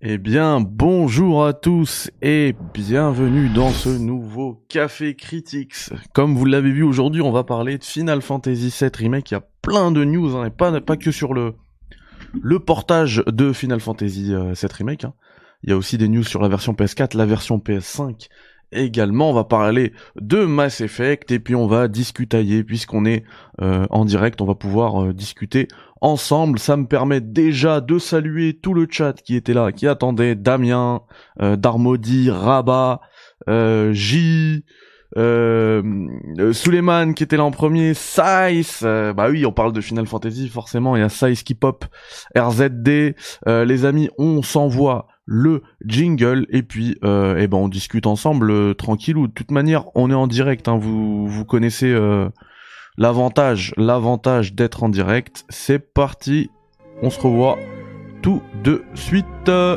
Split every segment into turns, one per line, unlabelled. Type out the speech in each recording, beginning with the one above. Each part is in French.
Eh bien, bonjour à tous et bienvenue dans ce nouveau Café Critics. Comme vous l'avez vu aujourd'hui, on va parler de Final Fantasy VII Remake. Il y a plein de news, et pas que sur le portage de Final Fantasy VII Remake. Il y a aussi des news sur la version PS4, la version PS5. Également, on va parler de Mass Effect et puis on va discutailler puisqu'on est en direct, on va pouvoir discuter ensemble. Ça me permet déjà de saluer tout le chat qui était là, qui attendait: Damien, Darmody, Rabat, J, Suleiman qui était là en premier, Saiz, bah oui, on parle de Final Fantasy forcément, il y a Saiz qui pop, RZD, les amis, on s'envoie le jingle et puis on discute ensemble tranquillou. De toute manière, on est en direct, vous connaissez l'avantage d'être en direct. C'est parti, on se revoit tout de suite.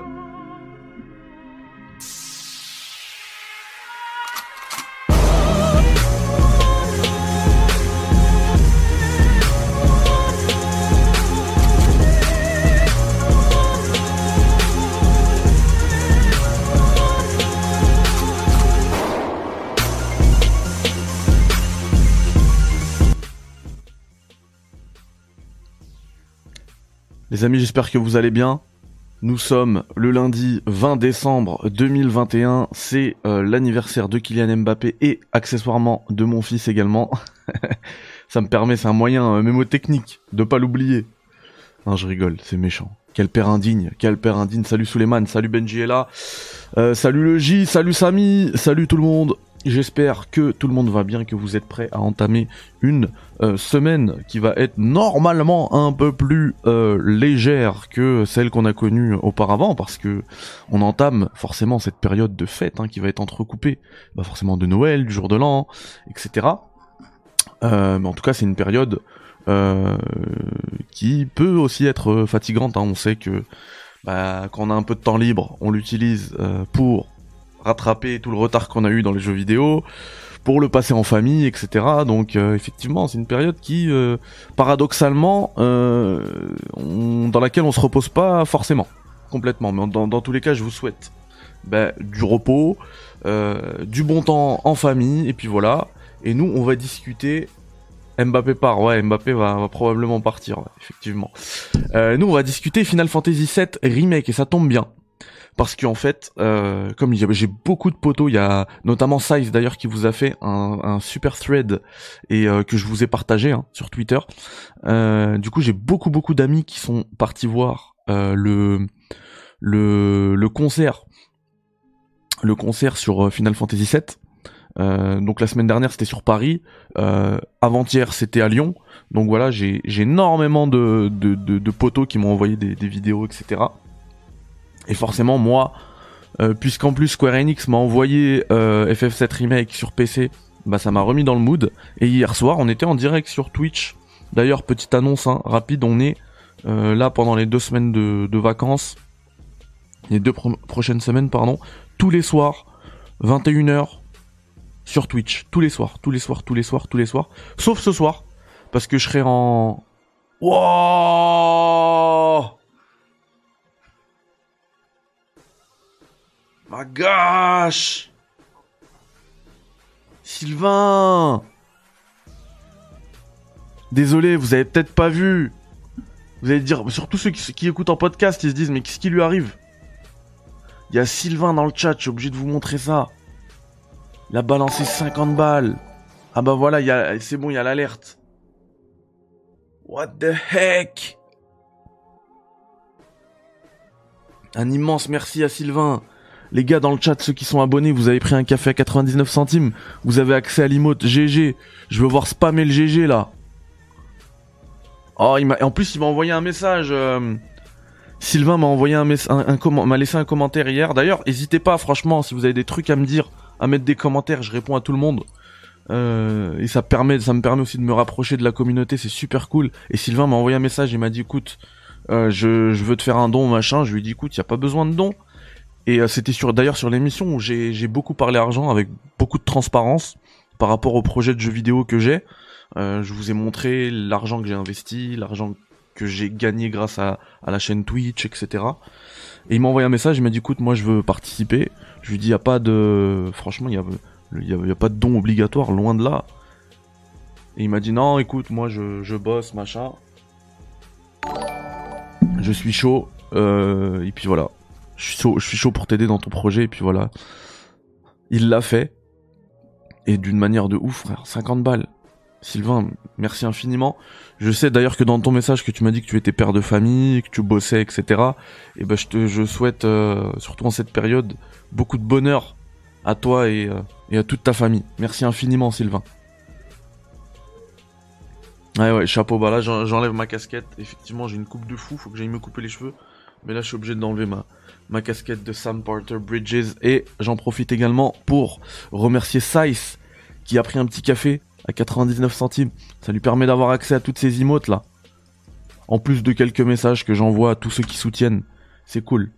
Les amis, j'espère que vous allez bien. Nous sommes le lundi 20 décembre 2021. C'est l'anniversaire de Kylian Mbappé et accessoirement de mon fils également. Ça me permet, c'est un moyen mémotechnique de pas l'oublier. Non, je rigole, c'est méchant. Quel père indigne. Salut Suleiman, salut Benji est là. Salut le J, salut Samy, salut tout le monde. J'espère que tout le monde va bien, que vous êtes prêts à entamer une semaine qui va être normalement un peu plus légère que celle qu'on a connue auparavant, parce que on entame forcément cette période de fête qui va être entrecoupée forcément de Noël, du jour de l'an, etc. Mais en tout cas, c'est une période qui peut aussi être fatigante. On sait que quand on a un peu de temps libre, on l'utilise pour rattraper tout le retard qu'on a eu dans les jeux vidéo, pour le passer en famille, etc. Donc effectivement, c'est une période qui, paradoxalement, dans laquelle on se repose pas forcément, complètement. Mais dans tous les cas, je vous souhaite du repos, du bon temps en famille, et puis voilà. Et nous, on va discuter. Mbappé part, ouais, Mbappé va probablement partir, ouais, effectivement. Nous, on va discuter Final Fantasy VII Remake, et ça tombe bien. Parce qu'en fait, comme j'ai beaucoup de potos, il y a notamment Saiz d'ailleurs qui vous a fait un super thread et que je vous ai partagé sur Twitter. Du coup, j'ai beaucoup d'amis qui sont partis voir le concert sur Final Fantasy VII. Donc la semaine dernière c'était sur Paris, avant-hier c'était à Lyon. Donc voilà, j'ai énormément de potos qui m'ont envoyé des vidéos, etc. Et forcément moi, puisqu'en plus Square Enix m'a envoyé FF7 Remake sur PC, ça m'a remis dans le mood. Et hier soir on était en direct sur Twitch. D'ailleurs, petite annonce rapide, on est là pendant les 2 semaines de vacances, les 2 prochaines semaines pardon, tous les soirs 21h sur Twitch, tous les soirs, sauf ce soir parce que je serai en Ma gosh, Sylvain, désolé, vous avez peut-être pas vu. Vous allez dire, surtout ceux qui écoutent en podcast, ils se disent mais qu'est-ce qui lui arrive? Il y a Sylvain dans le chat, je suis obligé de vous montrer ça. Il a balancé 50 balles. Ah bah voilà, c'est bon, il y a l'alerte. What the heck? Un immense merci à Sylvain. Les gars dans le chat, ceux qui sont abonnés, vous avez pris un café à 99 centimes. Vous avez accès à l'emote GG. Je veux voir spammer le GG là. Oh, en plus il m'a envoyé un message. Sylvain m'a envoyé m'a laissé un commentaire hier. D'ailleurs, n'hésitez pas, franchement, si vous avez des trucs à me dire, à mettre des commentaires, je réponds à tout le monde. Et ça me permet aussi de me rapprocher de la communauté, c'est super cool. Et Sylvain m'a envoyé un message, il m'a dit écoute, je veux te faire un don, machin. Je lui ai dit écoute, y a pas besoin de don. Et c'était d'ailleurs sur l'émission où j'ai beaucoup parlé argent avec beaucoup de transparence par rapport au projet de jeux vidéo que j'ai. Je vous ai montré l'argent que j'ai investi, l'argent que j'ai gagné grâce à la chaîne Twitch, etc. Et il m'a envoyé un message, il m'a dit écoute, moi je veux participer. Je lui dis franchement, il y a pas de don obligatoire, loin de là. Et il m'a dit non, écoute, moi je bosse, machin. Je suis chaud, et puis voilà. Je suis chaud pour t'aider dans ton projet, et puis voilà. Il l'a fait. Et d'une manière de ouf, frère. 50 balles. Sylvain, merci infiniment. Je sais d'ailleurs que dans ton message que tu m'as dit que tu étais père de famille, que tu bossais, etc. Et ben je souhaite, surtout en cette période, beaucoup de bonheur à toi et à toute ta famille. Merci infiniment, Sylvain. Ouais, chapeau. Bah là, j'enlève ma casquette. Effectivement, j'ai une coupe de fou. Faut que j'aille me couper les cheveux. Mais là, je suis obligé d'enlever ma casquette de Sam Porter Bridges. Et j'en profite également pour remercier Sice, qui a pris un petit café à 99 centimes. Ça lui permet d'avoir accès à toutes ces emotes là. En plus de quelques messages que j'envoie à tous ceux qui soutiennent. C'est cool.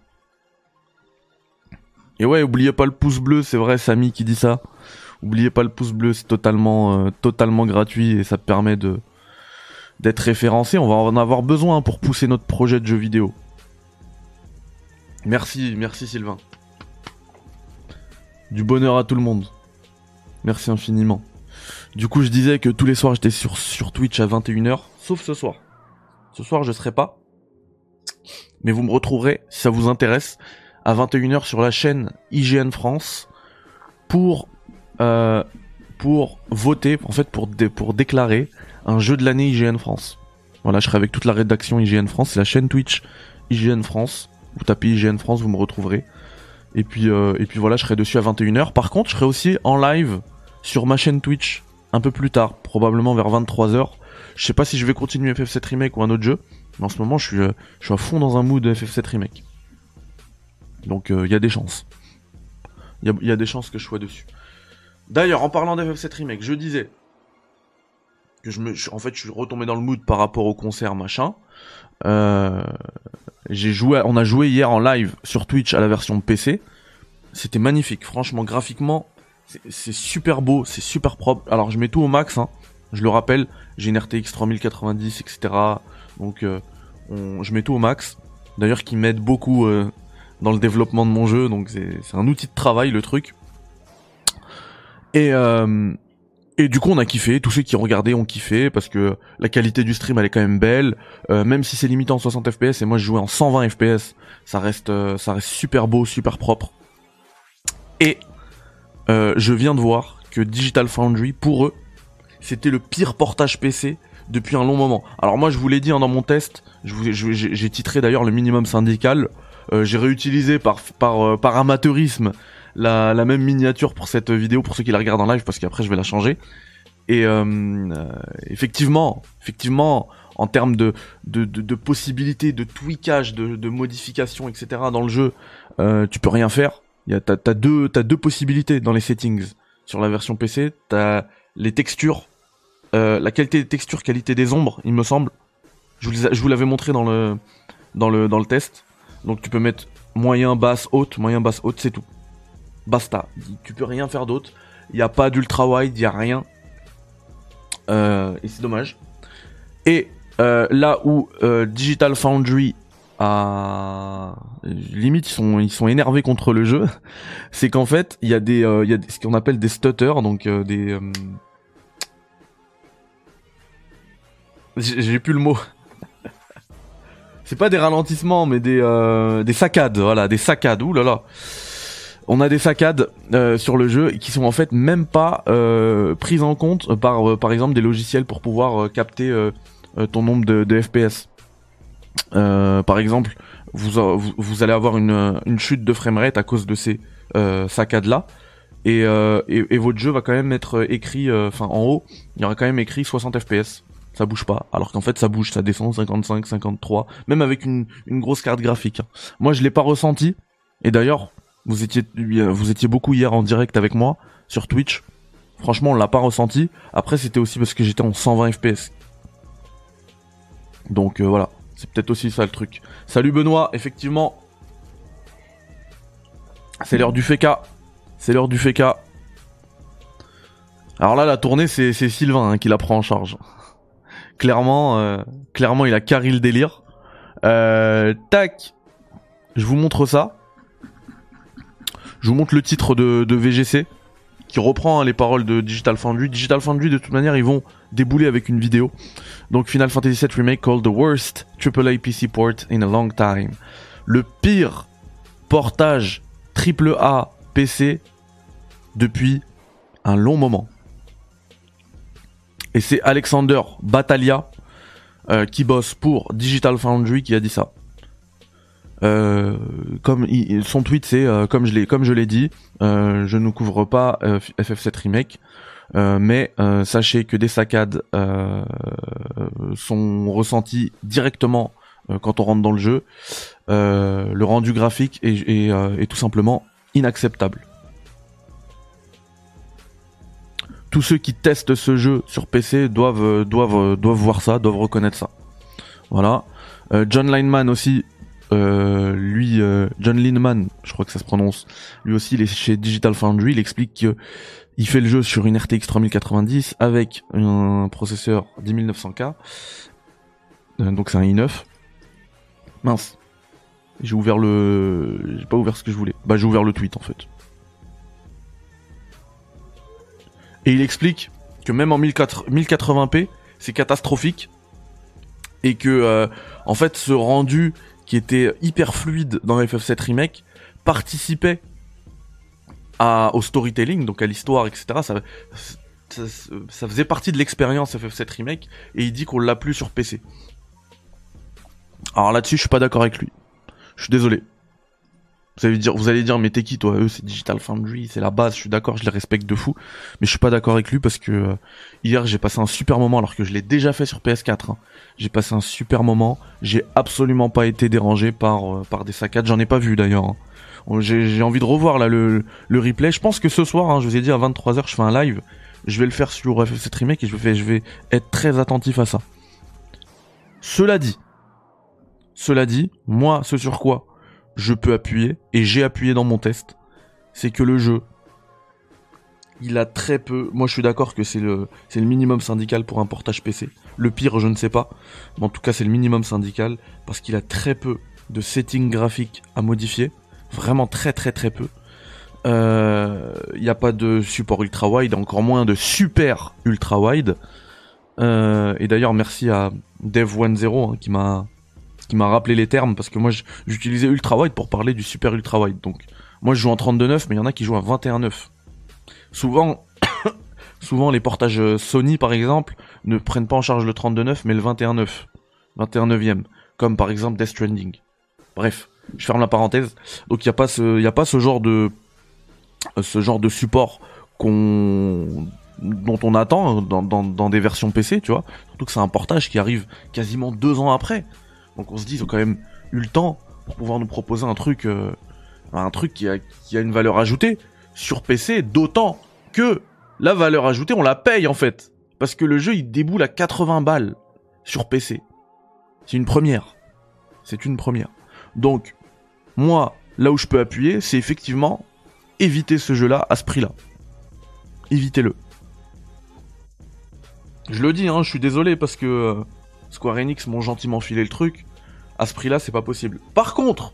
Et ouais, oubliez pas le pouce bleu, c'est vrai, Samy qui dit ça. Oubliez pas le pouce bleu, c'est totalement gratuit et ça te permet d'être référencé. On va en avoir besoin pour pousser notre projet de jeu vidéo. Merci Sylvain. Du bonheur à tout le monde. Merci infiniment. Du coup, je disais que tous les soirs j'étais sur Twitch à 21h, sauf ce soir. Ce soir, je serai pas. Mais vous me retrouverez, si ça vous intéresse, à 21h sur la chaîne IGN France pour voter, en fait, pour déclarer un jeu de l'année IGN France. Voilà, je serai avec toute la rédaction IGN France, c'est la chaîne Twitch IGN France. Vous tapez IGN France, vous me retrouverez. Et puis voilà, je serai dessus à 21h. Par contre, je serai aussi en live sur ma chaîne Twitch un peu plus tard, probablement vers 23h. Je sais pas si je vais continuer FF7 Remake ou un autre jeu, mais en ce moment, je suis à fond dans un mood FF7 Remake. Donc, il y a des chances. Il y a des chances que je sois dessus. D'ailleurs, en parlant d'FF7 Remake, je disais que je suis retombé dans le mood par rapport au concert, machin. On a joué hier en live sur Twitch à la version PC. C'était magnifique, franchement, graphiquement, c'est super beau, c'est super propre. Alors je mets tout au max, hein. Je le rappelle, j'ai une RTX 3090, etc. Donc je mets tout au max. D'ailleurs, qui m'aide beaucoup dans le développement de mon jeu. Donc c'est un outil de travail, le truc. Et du coup on a kiffé, tous ceux qui ont regardé ont kiffé, parce que la qualité du stream elle est quand même belle, même si c'est limité en 60 fps, et moi je jouais en 120 fps, ça reste super beau, super propre. Et je viens de voir que Digital Foundry, pour eux, c'était le pire portage PC depuis un long moment. Alors moi je vous l'ai dit, hein, dans mon test, j'ai titré d'ailleurs le minimum syndical, j'ai réutilisé par amateurisme la même miniature pour cette vidéo, pour ceux qui la regardent en live, parce qu'après je vais la changer. Et effectivement, en termes de possibilités, de tweakage, de modifications, etc. dans le jeu, tu peux rien faire. T'as deux possibilités dans les settings. Sur la version PC, t'as les textures, la qualité des textures, qualité des ombres, il me semble. Je vous l'avais montré dans le test. Donc tu peux mettre moyen, basse, haute, c'est tout. Basta, tu peux rien faire d'autre. Il n'y a pas d'ultra wide, il n'y a rien. Et c'est dommage. Et là où Digital Foundry a limite ils sont énervés contre le jeu, c'est qu'en fait il y a ce qu'on appelle des stutters, donc j'ai plus le mot. C'est pas des ralentissements, mais des saccades, voilà, des saccades. Ouh là là. On a des saccades sur le jeu qui sont en fait même pas prises en compte par exemple des logiciels pour pouvoir capter ton nombre de FPS. Par exemple, vous allez avoir une chute de framerate à cause de ces saccades là, et votre jeu va quand même être écrit, en haut, il y aura quand même écrit 60 FPS. Ça bouge pas, alors qu'en fait ça bouge, ça descend 55, 53, même avec une grosse carte graphique. Moi je l'ai pas ressenti, et d'ailleurs vous étiez beaucoup hier en direct avec moi sur Twitch. Franchement on l'a pas ressenti. Après c'était aussi parce que j'étais en 120 fps. Donc voilà, c'est peut-être aussi ça le truc. Salut Benoît, effectivement. C'est l'heure du FK. Alors là la tournée c'est Sylvain qui la prend en charge. clairement, il a carré le délire. Tac, je vous montre ça. Je vous montre le titre de VGC qui reprend les paroles de Digital Foundry. Digital Foundry, de toute manière, ils vont débouler avec une vidéo. Donc Final Fantasy VII Remake called the worst AAA PC port in a long time. Le pire portage AAA PC depuis un long moment. Et c'est Alexander Battaglia qui bosse pour Digital Foundry qui a dit ça. Son tweet c'est comme je l'ai dit, je ne couvre pas FF7 Remake, mais sachez que des saccades sont ressenties directement quand on rentre dans le jeu. Le rendu graphique est tout simplement inacceptable. Tous ceux qui testent ce jeu sur PC doivent voir ça, doivent reconnaître ça. Voilà. John Lineman aussi. John Lineman, je crois que ça se prononce. Lui aussi, il est chez Digital Foundry. Il explique qu'il fait le jeu sur une RTX 3090 avec un processeur 10900K. Donc c'est un i9. Mince. J'ai pas ouvert ce que je voulais. Bah j'ai ouvert le tweet en fait. Et il explique que même en 1080p, c'est catastrophique. Et que en fait ce rendu qui était hyper fluide dans FF7 Remake, participait au storytelling, donc à l'histoire, etc. Ça faisait partie de l'expérience FF7 Remake, et il dit qu'on l'a plus sur PC. Alors là-dessus, je suis pas d'accord avec lui. Je suis désolé. Vous allez dire, mais t'es qui toi? Eux, c'est Digital Foundry, c'est la base, je suis d'accord, je les respecte de fou. Mais je suis pas d'accord avec lui parce que hier, j'ai passé un super moment, alors que je l'ai déjà fait sur PS4. Hein. J'ai passé un super moment, j'ai absolument pas été dérangé par des saccades, j'en ai pas vu d'ailleurs. Hein. J'ai envie de revoir là le replay. Je pense que ce soir, hein, je vous ai dit à 23h, je fais un live. Je vais le faire sur FF7 Remake et je vais être très attentif à ça. Cela dit, moi, ce sur quoi je peux appuyer, et j'ai appuyé dans mon test, c'est que le jeu, il a très peu... Moi je suis d'accord que c'est le minimum syndical pour un portage PC. Le pire, je ne sais pas, mais en tout cas c'est le minimum syndical, parce qu'il a très peu de settings graphiques à modifier, vraiment très très très peu. Il n'y a pas de support ultra wide, encore moins de super ultra wide. Et d'ailleurs merci à Dev10 hein, qui m'a rappelé les termes, parce que moi j'utilisais ultra wide pour parler du super ultra wide. Donc moi je joue en 32.9, mais il y en a qui jouent à 21.9. Souvent les portages Sony par exemple ne prennent pas en charge le 32.9 mais le 21.9, 21.9e, comme par exemple Death Stranding. Bref, je ferme la parenthèse. Donc il y a pas ce genre de support dont on attend dans des versions PC, tu vois. Surtout que c'est un portage qui arrive quasiment 2 ans après. Donc on se dit, ils ont quand même eu le temps pour pouvoir nous proposer un truc qui a une valeur ajoutée sur PC, d'autant que la valeur ajoutée, on la paye en fait. Parce que le jeu, il déboule à 80 balles sur PC. C'est une première. Donc, moi, là où je peux appuyer, c'est effectivement éviter ce jeu-là à ce prix-là. Évitez-le. Je le dis, hein, je suis désolé parce que Square Enix m'ont gentiment filé le truc. À ce prix-là, c'est pas possible. Par contre,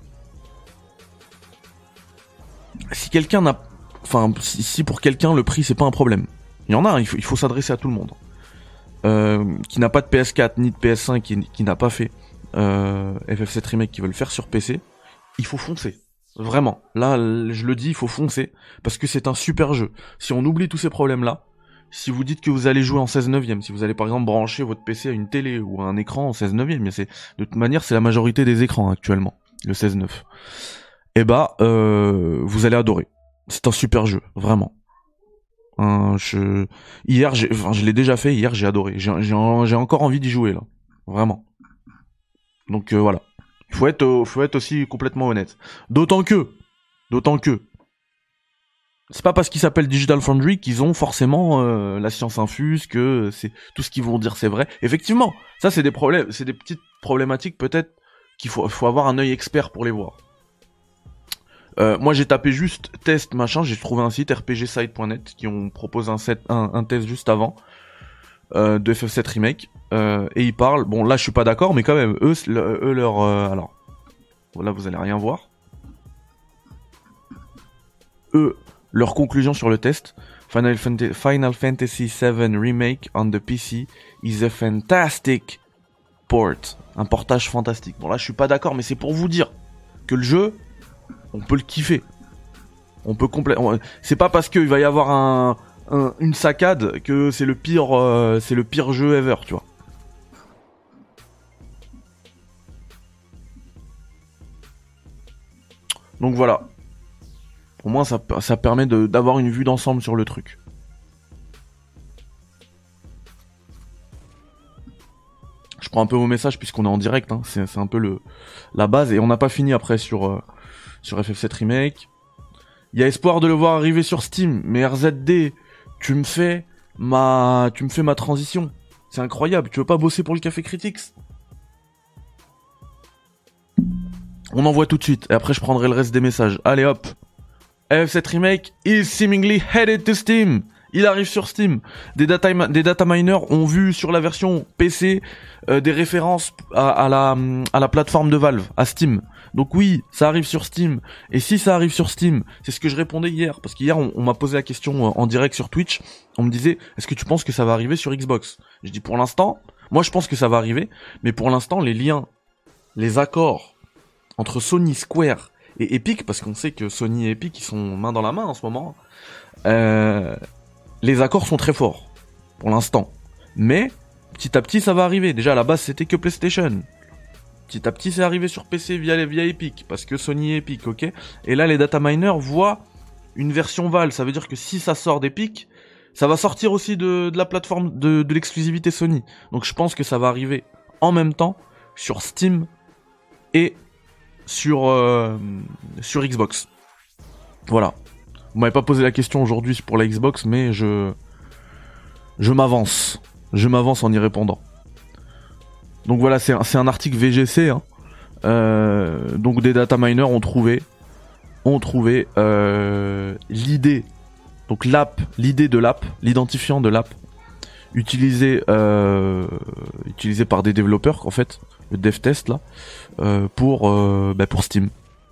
si quelqu'un n'a... Enfin, si pour quelqu'un, le prix, c'est pas un problème. Il y en a, il faut s'adresser à tout le monde. Qui n'a pas de PS4 ni de PS5, qui n'a pas fait FF7 Remake, qui veut le faire sur PC, il faut foncer. Vraiment. Là, je le dis, il faut foncer. Parce que c'est un super jeu. Si on oublie tous ces problèmes-là, si vous dites que vous allez jouer en 16/9, si vous allez par exemple brancher votre PC à une télé ou à un écran en 16/9, mais de toute manière, c'est la majorité des écrans actuellement, le 16/9. Et vous allez adorer. C'est un super jeu, vraiment. Hier, je l'ai déjà fait. Hier, j'ai adoré. J'ai encore envie d'y jouer là, vraiment. Donc voilà. Il faut être aussi complètement honnête. D'autant que, c'est pas parce qu'ils s'appellent Digital Foundry qu'ils ont forcément la science infuse, que c'est tout ce qu'ils vont dire c'est vrai. Effectivement, ça c'est des problèmes, c'est des petites problématiques peut-être qu'il faut avoir un œil expert pour les voir. Moi j'ai tapé juste test machin, j'ai trouvé un site rpgsite.net qui ont proposé un test juste avant. de FF7 Remake. Et ils parlent, bon là je suis pas d'accord, mais quand même, eux leur... alors, là vous allez rien voir. Eux, leur conclusion sur le test, Final Fantasy VII Remake on the PC is a fantastic port. Un portage fantastique. Bon là je suis pas d'accord, mais c'est pour vous dire que le jeu, on peut le kiffer. On peut complètement... C'est pas parce qu'il va y avoir une saccade que c'est le pire jeu ever, tu vois. Donc voilà. Au moins ça permet d'avoir une vue d'ensemble sur le truc. Je prends un peu vos messages puisqu'on est en direct, hein. C'est un peu la base, et on n'a pas fini après sur FF7 Remake. Il y a espoir de le voir arriver sur Steam, mais RZD, tu me fais ma transition. C'est incroyable, tu veux pas bosser pour le Café Critics? On envoie tout de suite, et après je prendrai le reste des messages. Allez hop. FF7 Remake is seemingly headed to Steam. Il arrive sur Steam. Des data miners ont vu sur la version PC des références à la plateforme de Valve, à Steam. Donc oui, ça arrive sur Steam. Et si ça arrive sur Steam, c'est ce que je répondais hier. Parce qu'hier, on m'a posé la question en direct sur Twitch. On me disait, est-ce que tu penses que ça va arriver sur Xbox? Je dis, pour l'instant, moi je pense que ça va arriver. Mais pour l'instant, les liens, les accords entre Sony, Square et Epic, parce qu'on sait que Sony et Epic, ils sont main dans la main en ce moment, les accords sont très forts, pour l'instant. Mais, petit à petit, ça va arriver. Déjà, à la base, c'était que PlayStation. Petit à petit, c'est arrivé sur PC via Epic, parce que Sony et Epic, ok. Et là, les data miners voient une version Valve. Ça veut dire que si ça sort d'Epic, ça va sortir aussi de la plateforme de l'exclusivité Sony. Donc je pense que ça va arriver en même temps sur Steam et sur Xbox. Voilà. Vous m'avez pas posé la question aujourd'hui pour la Xbox, mais je m'avance. Je m'avance en y répondant. Donc voilà, c'est un article VGC. Hein. Donc des data miners ont trouvé l'idée. Donc l'idée de l'app, l'identifiant de l'app, utilisé par des développeurs, en fait, le dev test là, pour Steam.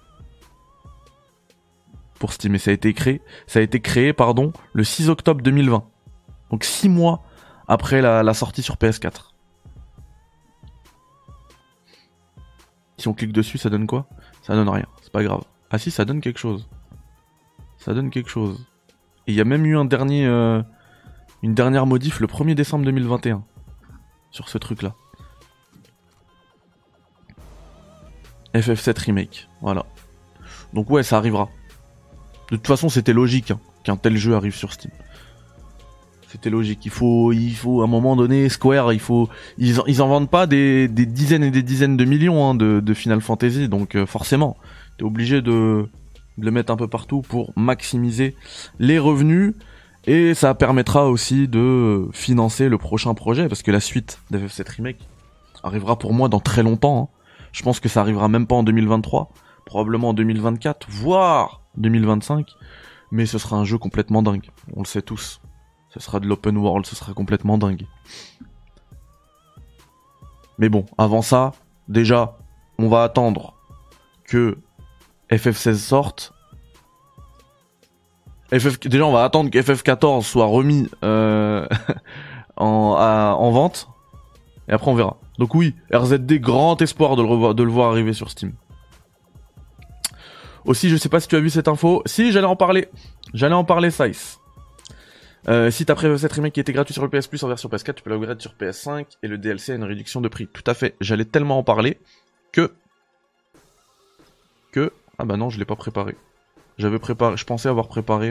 Pour Steam, et ça a été créé le 6 octobre 2020. Donc 6 mois après la sortie sur PS4. Si on clique dessus, ça donne quoi? Ça donne rien, c'est pas grave. Ah si, ça donne quelque chose. Et il y a même eu une dernière modif le 1er décembre 2021 sur ce truc là. FF7 Remake, voilà. Donc ouais, ça arrivera. De toute façon, c'était logique qu'un tel jeu arrive sur Steam. C'était logique. Il faut à un moment donné, Square, ils en vendent pas des dizaines et des dizaines de millions de Final Fantasy, donc forcément, t'es obligé de le mettre un peu partout pour maximiser les revenus, et ça permettra aussi de financer le prochain projet, parce que la suite d'FF7 Remake arrivera pour moi dans très longtemps. Hein. Je pense que ça arrivera même pas en 2023, probablement en 2024, voire 2025, mais ce sera un jeu complètement dingue, on le sait tous. Ce sera de l'open world, ce sera complètement dingue. Mais bon, avant ça, déjà, on va attendre que FF16 sorte. Déjà, on va attendre que FF14 soit remis en vente. Et après, on verra. Donc oui, RZD, grand espoir de le voir arriver sur Steam. Aussi, je sais pas si tu as vu cette info. Si, j'allais en parler, Size. Si t'as prévu cette remake qui était gratuit sur le PS Plus en version PS4, tu peux l'upgrade sur PS5 et le DLC a une réduction de prix. Tout à fait, j'allais tellement en parler que... Ah bah non, je l'ai pas préparé. Je pensais avoir préparé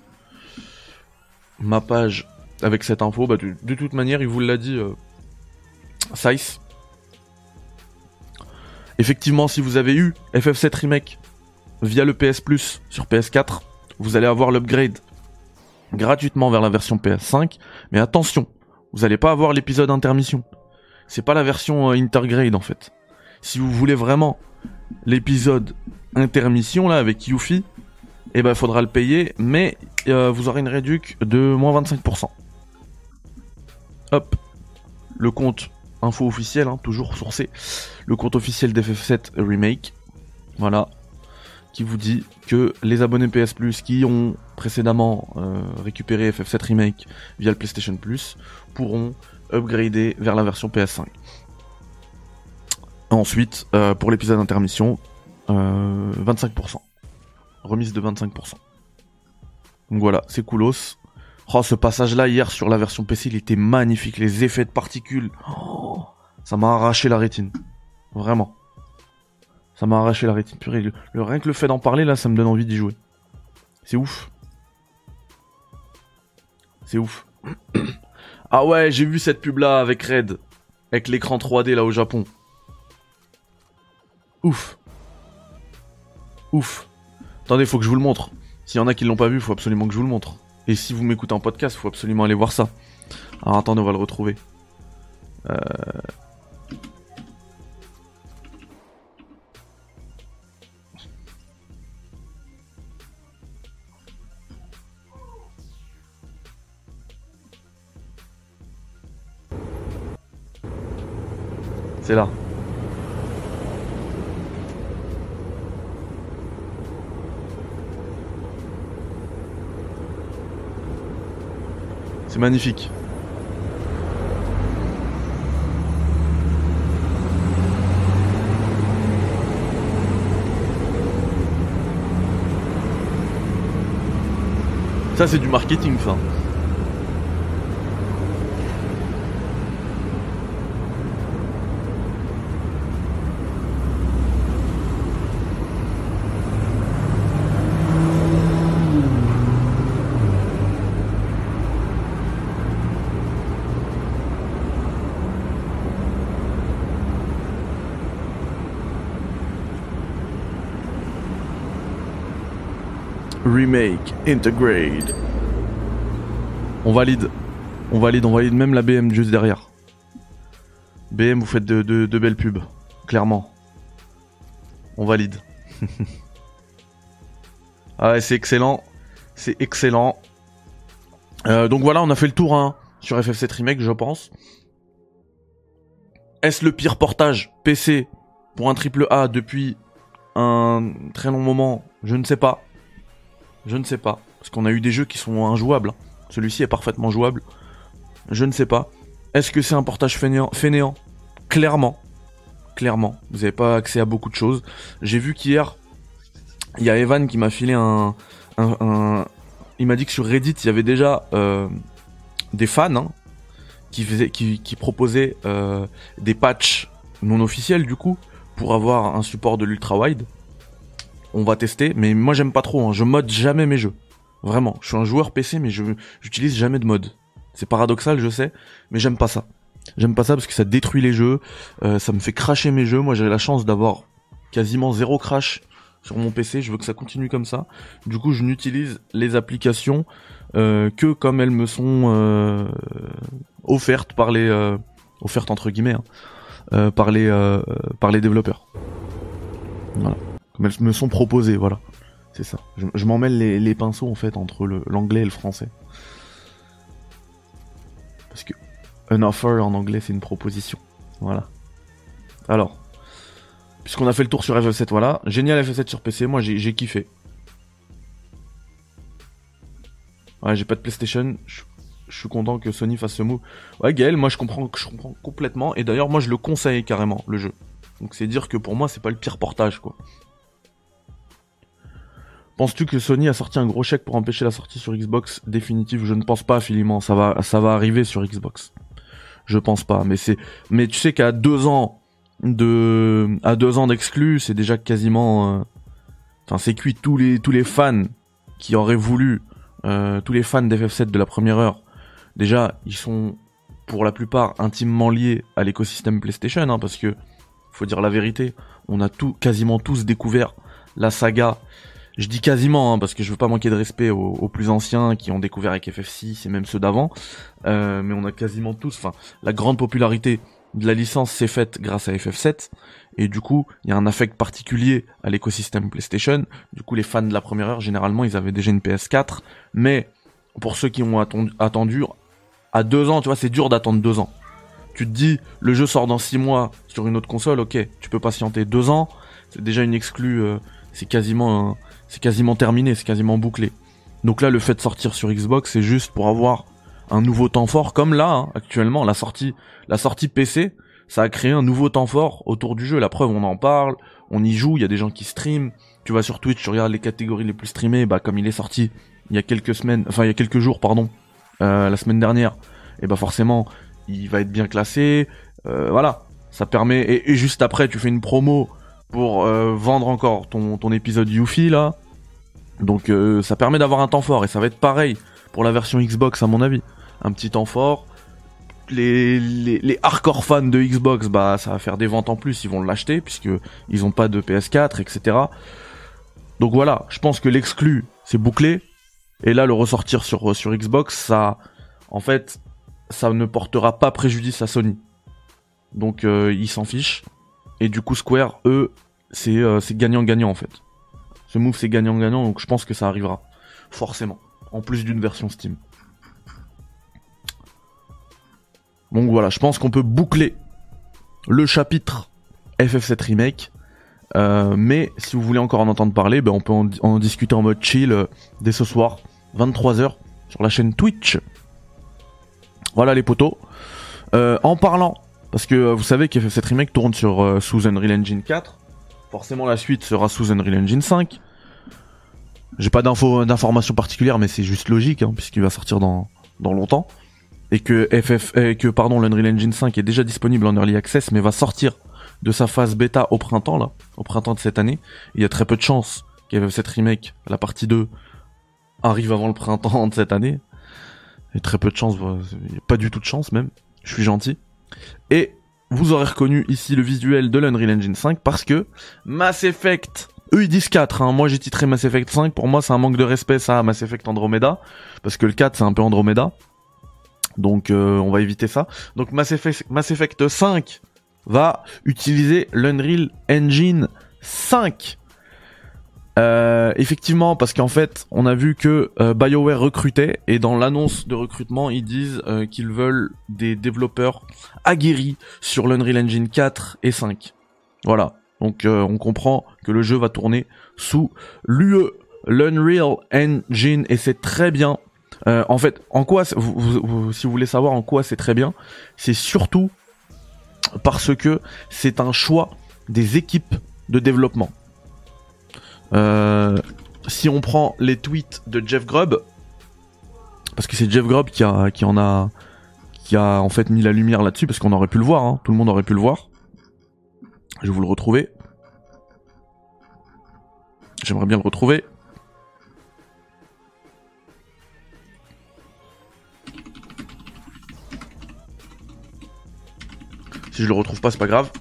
ma page avec cette info. Bah de toute manière, il vous l'a dit, Size. Effectivement, si vous avez eu FF7 Remake via le PS Plus sur PS4, vous allez avoir l'upgrade gratuitement vers la version PS5, mais attention, vous allez pas avoir l'épisode intermission. C'est pas la version intergrade en fait. Si vous voulez vraiment l'épisode intermission là avec Yuffie, eh ben faudra le payer, mais vous aurez une réduc de moins 25%. hop, le compte info officiel, hein, toujours sourcé, le compte officiel d'FF7 Remake, voilà, qui vous dit que les abonnés PS Plus qui ont précédemment récupéré FF7 Remake via le PlayStation Plus pourront upgrader vers la version PS5. Ensuite, pour l'épisode d'intermission, 25%. Remise de 25%. Donc voilà, c'est coolos. Oh, ce passage-là, hier, sur la version PC, il était magnifique. Les effets de particules. Oh, ça m'a arraché la rétine. Vraiment. Ça m'a arraché la rétine. Purée, rien que le fait d'en parler, là, ça me donne envie d'y jouer. C'est ouf. C'est ouf. Ah ouais, j'ai vu cette pub-là avec Red. Avec l'écran 3D, là, au Japon. Ouf. Ouf. Attendez, faut que je vous le montre. S'il y en a qui l'ont pas vu, faut absolument que je vous le montre. Et si vous m'écoutez en podcast, faut absolument aller voir ça. Alors attendez, on va le retrouver. C'est là. C'est magnifique. Ça, c'est du marketing, ça. Remake, integrate. On valide même la BM juste derrière. BM, vous faites de belles pubs, clairement. On valide. Ah ouais, c'est excellent. C'est excellent. Donc voilà, on a fait le tour hein, sur FF7 Remake, je pense. Est-ce le pire portage PC pour un AAA depuis un très long moment? Je ne sais pas. Je ne sais pas. Parce qu'on a eu des jeux qui sont injouables. Hein. Celui-ci est parfaitement jouable. Je ne sais pas. Est-ce que c'est un portage fainéant? Clairement. Clairement. Vous n'avez pas accès à beaucoup de choses. J'ai vu qu'hier, il y a Evan qui m'a filé il m'a dit que sur Reddit, il y avait déjà des fans hein, qui proposaient des patchs non officiels du coup pour avoir un support de l'ultra-wide. On va tester, mais moi j'aime pas trop, hein. Je mode jamais mes jeux. Vraiment, je suis un joueur PC, mais j'utilise jamais de mode. C'est paradoxal, je sais, mais j'aime pas ça. J'aime pas ça parce que ça détruit les jeux, ça me fait crasher mes jeux. Moi j'ai la chance d'avoir quasiment zéro crash sur mon PC, je veux que ça continue comme ça. Du coup je n'utilise les applications que comme elles me sont offertes par les... offertes entre guillemets, hein, par les développeurs. Voilà. Comme elles me sont proposées, voilà. C'est ça. Je m'en mêle les pinceaux en fait entre l'anglais et le français. Parce que an offer en anglais c'est une proposition. Voilà. Alors, puisqu'on a fait le tour sur FF7, voilà. Génial FF7 sur PC, moi j'ai kiffé. Ouais, j'ai pas de PlayStation. Je suis content que Sony fasse ce move. Ouais, Gaël, moi je comprends complètement. Et d'ailleurs, moi je le conseille carrément, le jeu. Donc c'est dire que pour moi c'est pas le pire portage quoi. Penses-tu que Sony a sorti un gros chèque pour empêcher la sortie sur Xbox définitive? Je ne pense pas, Philimon. Ça va arriver sur Xbox. Je pense pas. Mais tu sais qu'à 2 ans d'exclus, c'est déjà quasiment, enfin, c'est cuit. Tous les fans qui auraient voulu, tous les fans d'FF7 de la première heure, déjà, ils sont pour la plupart intimement liés à l'écosystème PlayStation, hein, parce que faut dire la vérité, on a quasiment tous découvert la saga. Je dis quasiment, hein, parce que je veux pas manquer de respect aux plus anciens qui ont découvert avec FF6 et même ceux d'avant. Mais on a quasiment tous, enfin, la grande popularité de la licence s'est faite grâce à FF7. Et du coup, il y a un affect particulier à l'écosystème PlayStation. Du coup, les fans de la première heure, généralement, ils avaient déjà une PS4. Mais, pour ceux qui ont attendu, À 2 ans, tu vois, c'est dur d'attendre 2 ans. Tu te dis, le jeu sort dans 6 mois sur une autre console, ok, tu peux patienter 2 ans, c'est déjà une exclue, c'est quasiment terminé, c'est quasiment bouclé. Donc là, le fait de sortir sur Xbox, c'est juste pour avoir un nouveau temps fort, comme là, hein, actuellement, la sortie PC, ça a créé un nouveau temps fort autour du jeu. La preuve, on en parle, on y joue, il y a des gens qui streament. Tu vas sur Twitch, tu regardes les catégories les plus streamées, bah comme il est sorti il y a quelques jours, la semaine dernière, et bah forcément, il va être bien classé. Voilà, ça permet. Et juste après, tu fais une promo pour vendre encore ton épisode Yuffie là. Donc ça permet d'avoir un temps fort et ça va être pareil pour la version Xbox à mon avis. Un petit temps fort. Les hardcore fans de Xbox, bah ça va faire des ventes en plus, ils vont l'acheter puisque ils ont pas de PS4, etc. Donc voilà, je pense que l'exclu c'est bouclé et là le ressortir sur Xbox, ça en fait ça ne portera pas préjudice à Sony. Donc ils s'en fichent et du coup Square eux c'est gagnant-gagnant en fait. Ce move c'est gagnant-gagnant, donc je pense que ça arrivera forcément en plus d'une version Steam. Donc voilà, je pense qu'on peut boucler le chapitre FF7 Remake. Mais si vous voulez encore en entendre parler, on peut en discuter en mode chill dès ce soir, 23h, sur la chaîne Twitch. Voilà les potos. En parlant, parce que vous savez que FF7 Remake tourne sous Unreal Engine 4. Forcément la suite sera sous Unreal Engine 5. J'ai pas d'informations particulières, mais c'est juste logique, hein, puisqu'il va sortir dans longtemps. Et que l'Unreal Engine 5 est déjà disponible en Early Access, mais va sortir de sa phase bêta au printemps de cette année. Il y a très peu de chances qu'FF7 Remake, la partie 2, arrive avant le printemps de cette année. Il y a très peu de chances, il y a pas du tout de chance même, je suis gentil. Et vous aurez reconnu ici le visuel de l'Unreal Engine 5 parce que Mass Effect, eux ils disent 4, hein. Moi j'ai titré Mass Effect 5, pour moi c'est un manque de respect ça à Mass Effect Andromeda, parce que le 4 c'est un peu Andromeda. Donc on va éviter ça. Donc Mass Effect 5 va utiliser l'Unreal Engine 5. Effectivement, parce qu'en fait, on a vu que BioWare recrutait, et dans l'annonce de recrutement, ils disent qu'ils veulent des développeurs aguerris sur l'Unreal Engine 4 et 5. Voilà. Donc on comprend que le jeu va tourner sous l'Unreal Engine, et c'est très bien. En fait, en quoi, si vous voulez savoir en quoi c'est très bien, c'est surtout parce que c'est un choix des équipes de développement. Si on prend les tweets de Jeff Grubb, parce que c'est Jeff Grubb qui a en fait mis la lumière là-dessus, parce qu'on aurait pu le voir, hein, tout le monde aurait pu le voir. Je vais vous le retrouver. J'aimerais bien le retrouver. Si je le retrouve pas, c'est pas grave.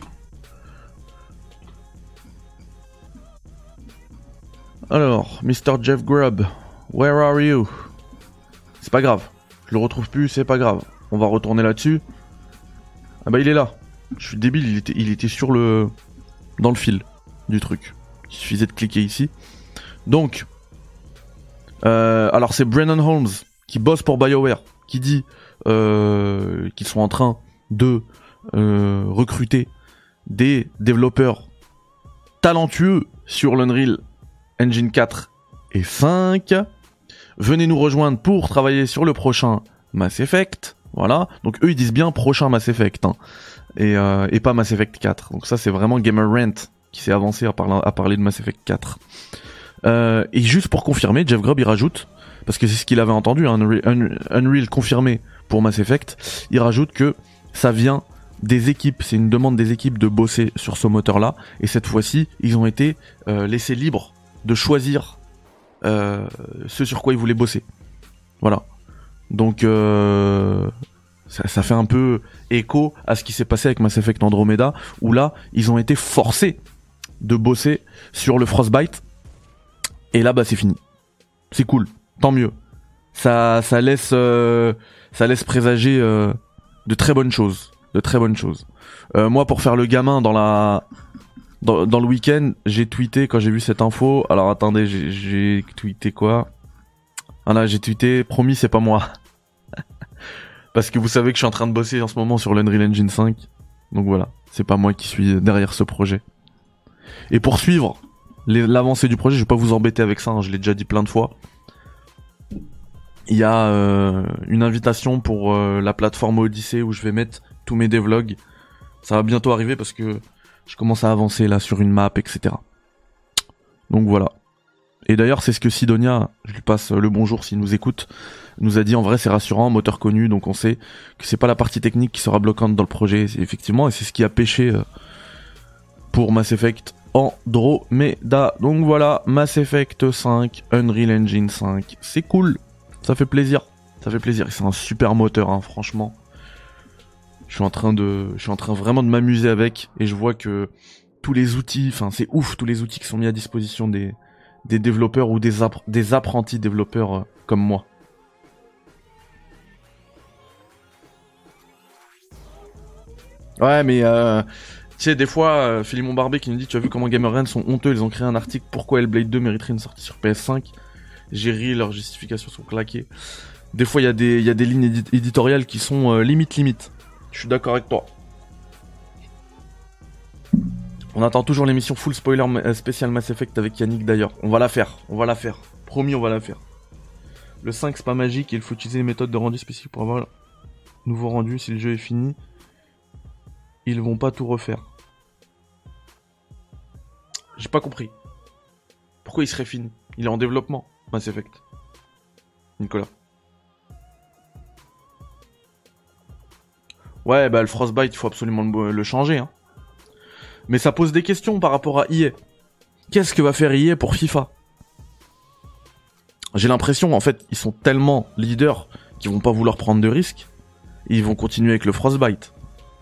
Alors, Mr. Jeff Grubb, where are you? C'est pas grave. Je le retrouve plus, c'est pas grave. On va retourner là-dessus. Ah bah il est là. Je suis débile, il était dans le fil du truc. Il suffisait de cliquer ici. Donc, alors c'est Brennan Holmes qui bosse pour BioWare, qui dit qu'ils sont en train de recruter des développeurs talentueux sur l'Unreal Engine 4 et 5. Venez nous rejoindre pour travailler sur le prochain Mass Effect. Voilà. Donc eux ils disent bien prochain Mass Effect, hein, et pas Mass Effect 4. Donc ça c'est vraiment Gamer Rant qui s'est avancé à parler de Mass Effect 4. Et juste pour confirmer, Jeff Grubb il rajoute, parce que c'est ce qu'il avait entendu, hein, Unreal confirmé pour Mass Effect, il rajoute que ça vient des équipes, c'est une demande des équipes de bosser sur ce moteur-là, et cette fois-ci, ils ont été laissés libres de choisir ce sur quoi ils voulaient bosser. Voilà. Donc ça fait un peu écho à ce qui s'est passé avec Mass Effect Andromeda, où là, ils ont été forcés de bosser sur le Frostbite, et là, bah c'est fini. C'est cool, tant mieux. Ça laisse présager de très bonnes choses. Moi, pour faire le gamin dans le week-end, j'ai tweeté quand j'ai vu cette info. Alors attendez, j'ai tweeté quoi? Ah là, j'ai tweeté promis c'est pas moi. Parce que vous savez que je suis en train de bosser en ce moment sur l'Unreal Engine 5. Donc voilà, c'est pas moi qui suis derrière ce projet. Et pour suivre l'avancée du projet, je vais pas vous embêter avec ça, hein, je l'ai déjà dit plein de fois. Il y a une invitation pour la plateforme Odyssey où je vais mettre tous mes devlogs. Ça va bientôt arriver parce que je commence à avancer là sur une map, etc. Donc voilà. Et d'ailleurs, c'est ce que Sidonia, je lui passe le bonjour s'il nous écoute, nous a dit. En vrai, c'est rassurant, moteur connu, donc on sait que c'est pas la partie technique qui sera bloquante dans le projet, effectivement, et c'est ce qui a pêché pour Mass Effect Andromeda. Donc voilà, Mass Effect 5, Unreal Engine 5, c'est cool, ça fait plaisir, et c'est un super moteur, hein, franchement. Je suis en train vraiment de m'amuser avec, et je vois que tous les outils, enfin c'est ouf, tous les outils qui sont mis à disposition des développeurs ou des apprentis développeurs comme moi. Ouais, mais tu sais, des fois, Philemon Barbet qui nous dit: tu as vu comment Gamerland sont honteux, ils ont créé un article pourquoi Hellblade 2 mériterait une sortie sur PS5. J'ai ri, leurs justifications sont claquées. Des fois, il y a des lignes éditoriales qui sont limite. Je suis d'accord avec toi. On attend toujours l'émission full spoiler spécial Mass Effect avec Yannick d'ailleurs. On va la faire. Promis, on va la faire. Le 5 c'est pas magique et il faut utiliser les méthodes de rendu spécifiques pour avoir un nouveau rendu. Si le jeu est fini, ils vont pas tout refaire. J'ai pas compris. Pourquoi il serait fini? Il est en développement, Mass Effect. Nicolas. Ouais, bah le Frostbite, il faut absolument le changer, hein. Mais ça pose des questions par rapport à EA. Qu'est-ce que va faire EA pour FIFA? J'ai l'impression, en fait, ils sont tellement leaders qu'ils vont pas vouloir prendre de risques. Et ils vont continuer avec le Frostbite.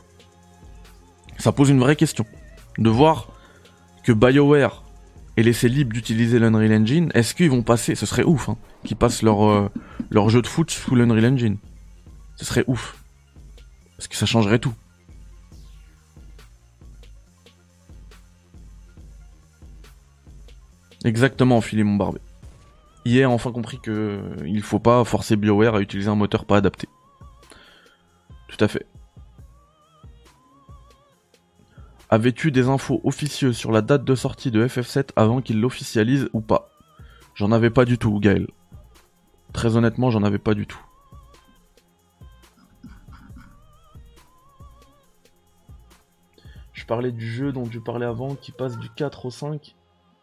Ça pose une vraie question. De voir que BioWare est laissé libre d'utiliser l'Unreal Engine. Est-ce qu'ils vont passer, ce serait ouf, hein, qu'ils passent leur jeu de foot sous l'Unreal Engine. Ce serait ouf. Parce que ça changerait tout. Exactement, Philemon Barbet. EA a enfin compris que il faut pas forcer BioWare à utiliser un moteur pas adapté. Tout à fait. Avais-tu des infos officieuses sur la date de sortie de FF7 avant qu'il l'officialise ou pas? J'en avais pas du tout, Gaël. Très honnêtement, j'en avais pas du tout. Je parlais du jeu dont je parlais avant, qui passe du 4 au 5.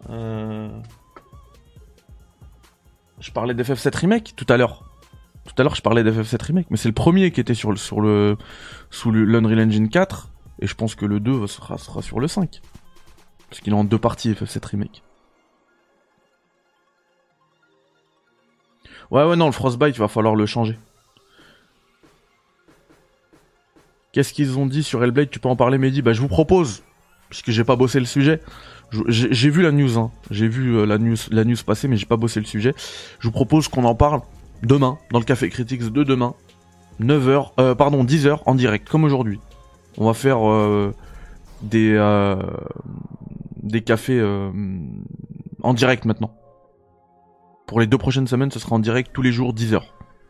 Je parlais d'FF7 Remake tout à l'heure. Tout à l'heure, je parlais d'FF7 Remake, mais c'est le premier qui était sous l'Unreal Engine 4, et je pense que le 2 sera sur le 5. Parce qu'il est en deux parties, FF7 Remake. Ouais, non, le Frostbite, il va falloir le changer. Qu'est-ce qu'ils ont dit sur Hellblade? Tu peux en parler, Mehdi? Bah, je vous propose, puisque j'ai pas bossé le sujet. J'ai vu la news, hein. J'ai vu la news passer, mais j'ai pas bossé le sujet. Je vous propose qu'on en parle demain, dans le Café Critics de demain. 10h en direct, comme aujourd'hui. On va faire des cafés en direct maintenant. Pour les 2 prochaines semaines, ce sera en direct tous les jours 10h.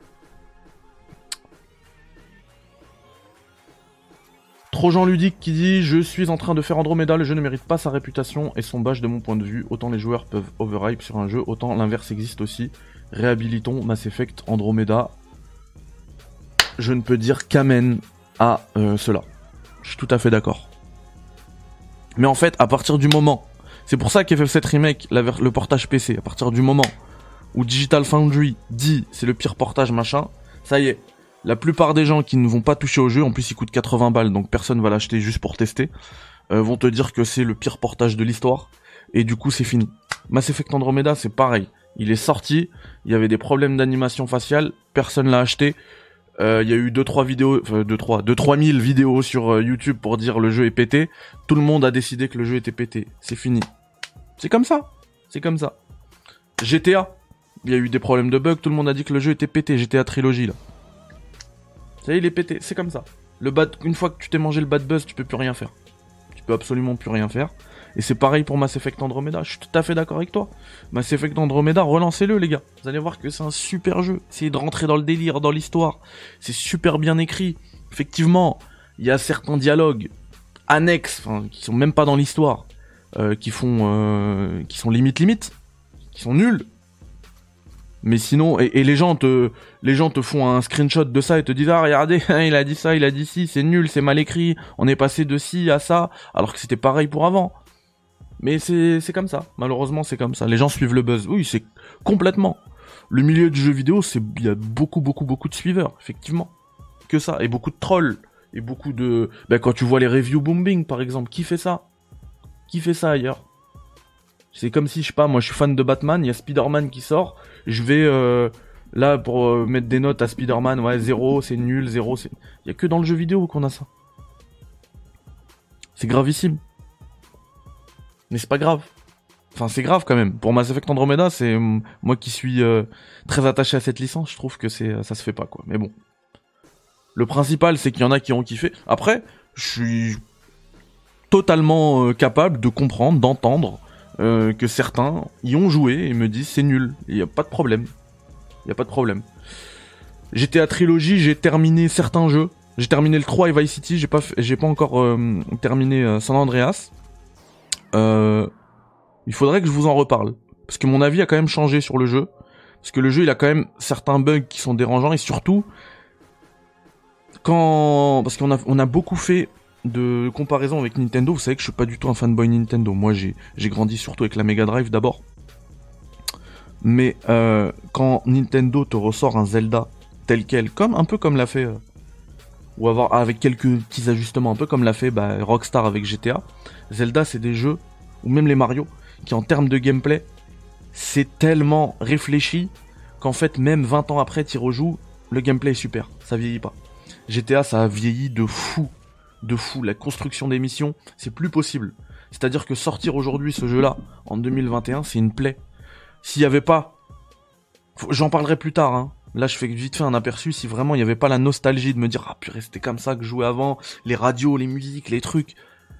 Trojan Ludique qui dit: je suis en train de faire Andromeda, le jeu ne mérite pas sa réputation et son badge de mon point de vue. Autant les joueurs peuvent overhype sur un jeu, autant l'inverse existe aussi. Réhabilitons Mass Effect Andromeda. Je ne peux dire qu'amen à cela. Je suis tout à fait d'accord. Mais en fait, à partir du moment, c'est pour ça qu'FF7 Remake, le portage PC, à partir du moment où Digital Foundry dit c'est le pire portage machin, ça y est. La plupart des gens qui ne vont pas toucher au jeu, en plus il coûte 80 balles, donc personne va l'acheter juste pour tester, vont te dire que c'est le pire portage de l'histoire, et du coup c'est fini. Mass Effect Andromeda c'est pareil, il est sorti, il y avait des problèmes d'animation faciale, personne l'a acheté, il y a eu 2-3 000 vidéos sur YouTube pour dire le jeu est pété, tout le monde a décidé que le jeu était pété, c'est fini. C'est comme ça. GTA, il y a eu des problèmes de bugs, tout le monde a dit que le jeu était pété, GTA Trilogy là. Ça y est, il est pété, c'est comme ça. Une fois que tu t'es mangé le bad buzz, tu peux plus rien faire. Tu peux absolument plus rien faire. Et c'est pareil pour Mass Effect Andromeda, je suis tout à fait d'accord avec toi. Mass Effect Andromeda, relancez-le les gars. Vous allez voir que c'est un super jeu. Essayez de rentrer dans le délire, dans l'histoire. C'est super bien écrit. Effectivement, il y a certains dialogues annexes, enfin, qui sont même pas dans l'histoire, qui sont limite, qui sont nuls. Mais sinon, et les gens te font un screenshot de ça et te disent ah regardez, il a dit ça, il a dit ci, c'est nul, c'est mal écrit, on est passé de ci à ça, alors que c'était pareil pour avant. Mais c'est comme ça, malheureusement c'est comme ça. Les gens suivent le buzz, oui c'est complètement. Le milieu du jeu vidéo, il y a beaucoup de suiveurs, effectivement. Que ça, et beaucoup de trolls, et beaucoup de... Ben, quand tu vois les reviews booming par exemple, qui fait ça? Qui fait ça ailleurs? C'est comme si, je sais pas, moi je suis fan de Batman, il y a Spider-Man qui sort, je vais là pour mettre des notes à Spider-Man, ouais 0 c'est nul, 0 c'est... Il y a que dans le jeu vidéo qu'on a ça. C'est gravissime. Mais c'est pas grave. Enfin c'est grave quand même. Pour Mass Effect Andromeda, c'est moi qui suis très attaché à cette licence, je trouve que ça se fait pas quoi. Mais bon. Le principal c'est qu'il y en a qui ont kiffé. Après, je suis totalement capable de comprendre, d'entendre que certains y ont joué et me disent c'est nul. Il y a pas de problème. Il y a pas de problème. GTA Trilogy, j'ai terminé certains jeux. J'ai terminé le 3 et Vice City, j'ai pas encore terminé San Andreas. Il faudrait que je vous en reparle parce que mon avis a quand même changé sur le jeu. Parce que le jeu, il a quand même certains bugs qui sont dérangeants et surtout parce qu'on a beaucoup fait de comparaison avec Nintendo. Vous savez que je suis pas du tout un fanboy Nintendo. Moi j'ai grandi surtout avec la Mega Drive d'abord. Mais quand Nintendo te ressort un Zelda tel quel, un peu comme l'a fait ou avec quelques petits ajustements, un peu comme l'a fait Rockstar avec GTA, Zelda c'est des jeux, ou même les Mario, qui en termes de gameplay c'est tellement réfléchi qu'en fait même 20 ans après t'y rejoues, le gameplay est super, ça vieillit pas. GTA ça a vieilli de fou. La construction des missions, c'est plus possible. C'est-à-dire que sortir aujourd'hui ce jeu-là, en 2021, c'est une plaie. S'il y avait pas... J'en parlerai plus tard, hein. Là, je fais vite fait un aperçu, si vraiment il y avait pas la nostalgie de me dire « Ah purée, c'était comme ça que je jouais avant, les radios, les musiques, les trucs... »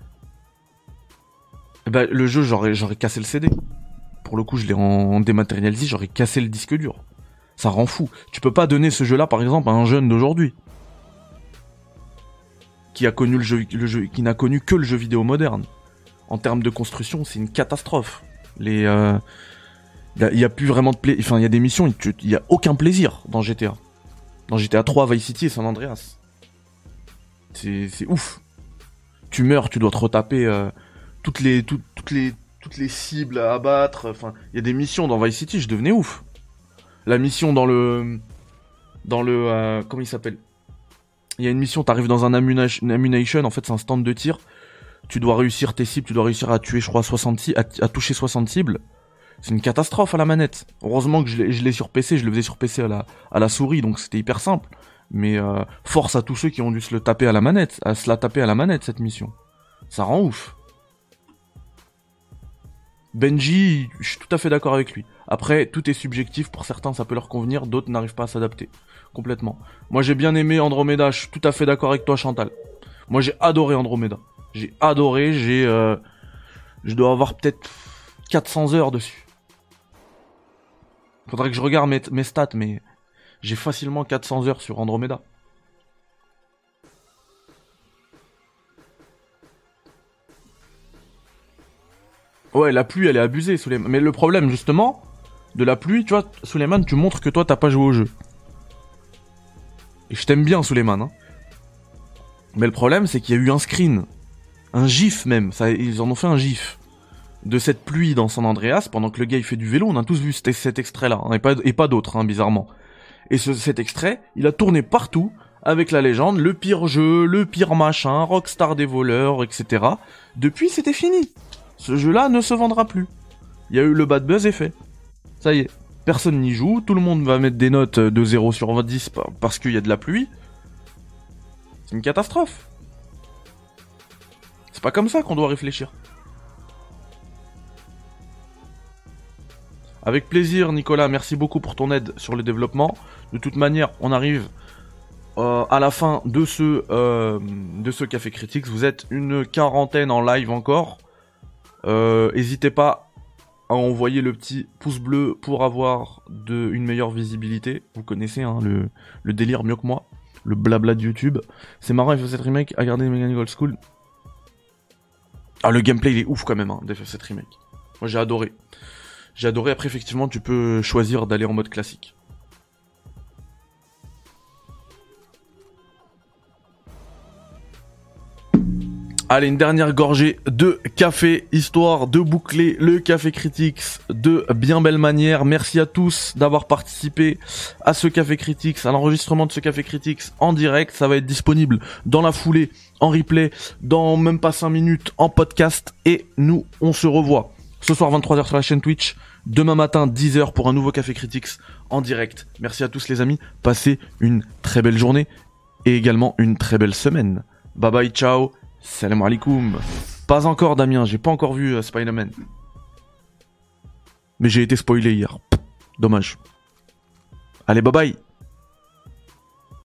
le jeu, j'aurais cassé le CD. Pour le coup, je l'ai en dématérialisé, j'aurais cassé le disque dur. Ça rend fou. Tu peux pas donner ce jeu-là, par exemple, à un jeune d'aujourd'hui. Qui a connu le jeu, qui n'a connu que le jeu vidéo moderne. En termes de construction, c'est une catastrophe. Il y a plus vraiment de plaisir. Enfin, il y a des missions, il y a aucun plaisir dans GTA. Dans GTA 3, Vice City et San Andreas. C'est ouf. Tu meurs, tu dois te retaper toutes les cibles à abattre. Enfin, il y a des missions dans Vice City, je devenais ouf. La mission dans le comment il s'appelle? Il y a une mission, t'arrives dans un ammunition, en fait c'est un stand de tir. Tu dois réussir tes cibles, tu dois réussir à tuer, je crois, 60 cibles, à toucher 60 cibles. C'est une catastrophe à la manette. Heureusement que je l'ai sur PC, je le faisais sur PC à la souris, donc c'était hyper simple. Mais force à tous ceux qui ont dû se la taper à la manette, cette mission. Ça rend ouf. Benji, je suis tout à fait d'accord avec lui. Après, tout est subjectif, pour certains ça peut leur convenir, d'autres n'arrivent pas à s'adapter. Complètement. Moi j'ai bien aimé Andromeda, je suis tout à fait d'accord avec toi Chantal. Moi j'ai adoré Andromeda. J'ai adoré, je dois avoir peut-être 400 heures dessus. Faudrait que je regarde mes stats, mais j'ai facilement 400 heures sur Andromeda. Ouais, la pluie, elle est abusée, Souleymane. Mais le problème, justement, de la pluie, tu vois, Souleymane, tu montres que toi, t'as pas joué au jeu. Et je t'aime bien, Souleymane, hein. Mais le problème, c'est qu'il y a eu un screen. Un gif, même. Ils en ont fait un gif. De cette pluie dans San Andreas, pendant que le gars, il fait du vélo. On a tous vu cet extrait-là. Hein, et pas d'autres, hein, bizarrement. Et cet extrait, il a tourné partout, avec la légende, le pire jeu, le pire machin, Rockstar des voleurs, etc. Depuis, c'était fini. Ce jeu-là ne se vendra plus. Il y a eu le bad buzz est fait. Ça y est. Personne n'y joue, tout le monde va mettre des notes de 0 sur 10 parce qu'il y a de la pluie. C'est une catastrophe. C'est pas comme ça qu'on doit réfléchir. Avec plaisir Nicolas, merci beaucoup pour ton aide sur le développement. De toute manière, on arrive à la fin de ce Café Critics. Vous êtes une quarantaine en live encore. N'hésitez pas à envoyer le petit pouce bleu pour avoir une meilleure visibilité. Vous connaissez hein, le délire mieux que moi. Le blabla de YouTube. C'est marrant, FF7 Remake a gardé les mécaniques old school. Ah, le gameplay il est ouf quand même hein, d'FF7 Remake. Moi j'ai adoré. J'ai adoré. Après effectivement tu peux choisir d'aller en mode classique. Allez, une dernière gorgée de café, histoire de boucler le Café Critics de bien belle manière. Merci à tous d'avoir participé à ce Café Critics, à l'enregistrement de ce Café Critics en direct. Ça va être disponible dans la foulée, en replay, dans même pas 5 minutes, en podcast. Et nous, on se revoit ce soir 23h sur la chaîne Twitch, demain matin 10h pour un nouveau Café Critics en direct. Merci à tous les amis, passez une très belle journée et également une très belle semaine. Bye bye, ciao. Salam alaikum. Pas encore Damien, j'ai pas encore vu Spider-Man. Mais j'ai été spoilé hier. Dommage. Allez, bye bye.